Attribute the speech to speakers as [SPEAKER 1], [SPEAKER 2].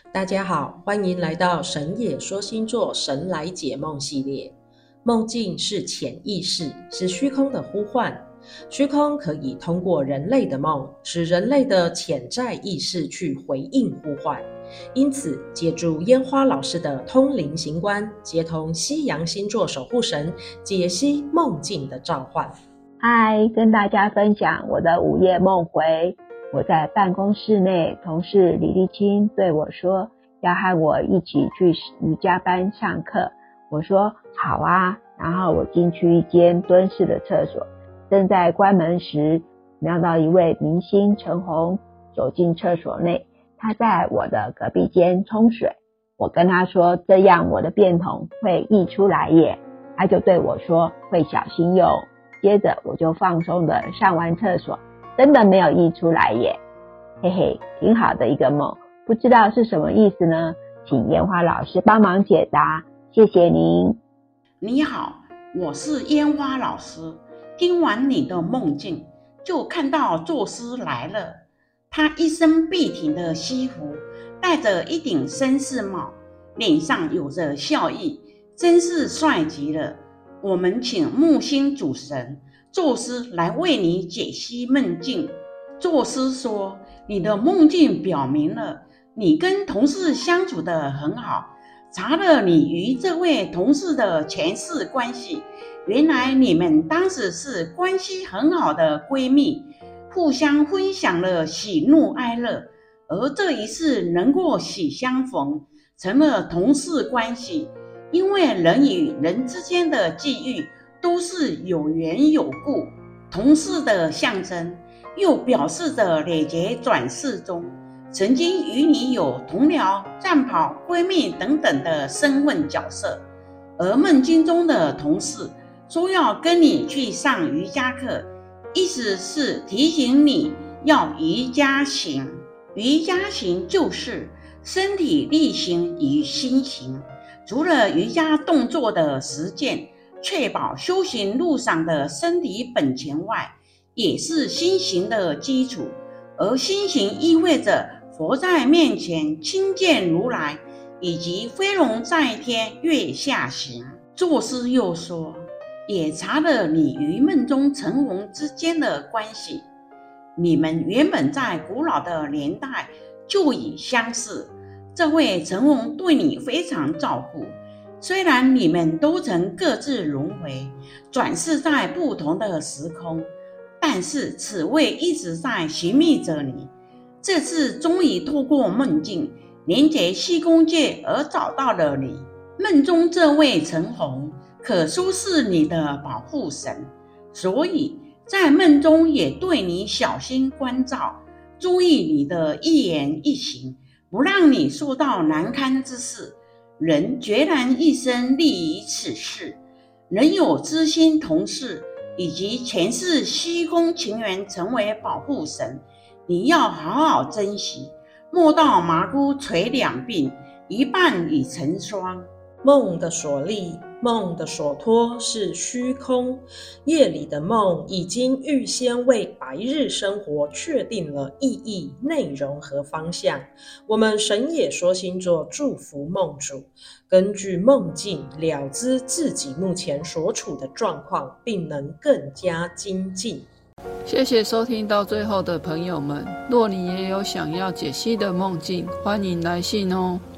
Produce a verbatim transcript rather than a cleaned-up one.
[SPEAKER 1] 大家好，欢迎来到神野说星座神来解梦系列。梦境是潜意识，是虚空的呼唤。虚空可以通过人类的梦，使人类的潜在意识去回应呼唤。因此，借助烟花老师的通灵行观，接通西洋星座守护神，解析梦境的召唤。
[SPEAKER 2] 嗨，跟大家分享我的午夜梦回。我在办公室内，同事李丽青对我说要和我一起去瑜伽班上课。我说好啊，然后我进去一间蹲式的厕所，正在关门时，瞄到一位明星陈红走进厕所内，他在我的隔壁间冲水。我跟他说这样我的便桶会溢出来耶，他就对我说会小心哟。接着我就放松的上完厕所，真的没有溢出来耶，嘿嘿，挺好的一个梦，不知道是什么意思呢？请烟花老师帮忙解答，谢谢您。
[SPEAKER 3] 你好，我是烟花老师。听完你的梦境，就看到作师来了。他一身笔挺的西服，戴着一顶绅士帽，脸上有着笑意，真是帅极了。我们请木星主神作师来为你解析梦境。作师说，你的梦境表明了你跟同事相处得很好，查了你与这位同事的前世关系，原来你们当时是关系很好的闺蜜，互相分享了喜怒哀乐，而这一世能够喜相逢，成了同事关系。因为人与人之间的际遇都是有缘有故，同事的象征又表示着累劫转世中曾经与你有同僚、战袍、闺蜜等等的身份角色。而梦境中的同事说要跟你去上瑜伽课，意思是提醒你要瑜伽行。瑜伽行就是身体力行与心行，除了瑜伽动作的实践，确保修行路上的身体本钱外，也是心行的基础。而心行意味着佛在面前亲见如来，以及飞龙在天月下行。作师又说，也查了你与梦中陈红之间的关系，你们原本在古老的年代就已相识。这位陈红对你非常照顾，虽然你们都曾各自轮回，转世在不同的时空，但是此位一直在寻觅着你。这次终于透过梦境连结虚空界而找到了你。梦中这位陈红可说是你的保护神，所以在梦中也对你小心关照，注意你的一言一行，不让你受到难堪之事。人决然一生立于此事，能有知心同事以及前世虚空情缘成为保护神，你要好好珍惜，莫到麻姑垂两鬓，一半已成霜。
[SPEAKER 1] 梦的所立，梦的所托是虚空，夜里的梦已经预先为白日生活确定了意义、内容和方向。我们神野说星座祝福梦主，根据梦境了知自己目前所处的状况，并能更加精进。
[SPEAKER 4] 谢谢收听到最后的朋友们，若你也有想要解析的梦境，欢迎来信哦。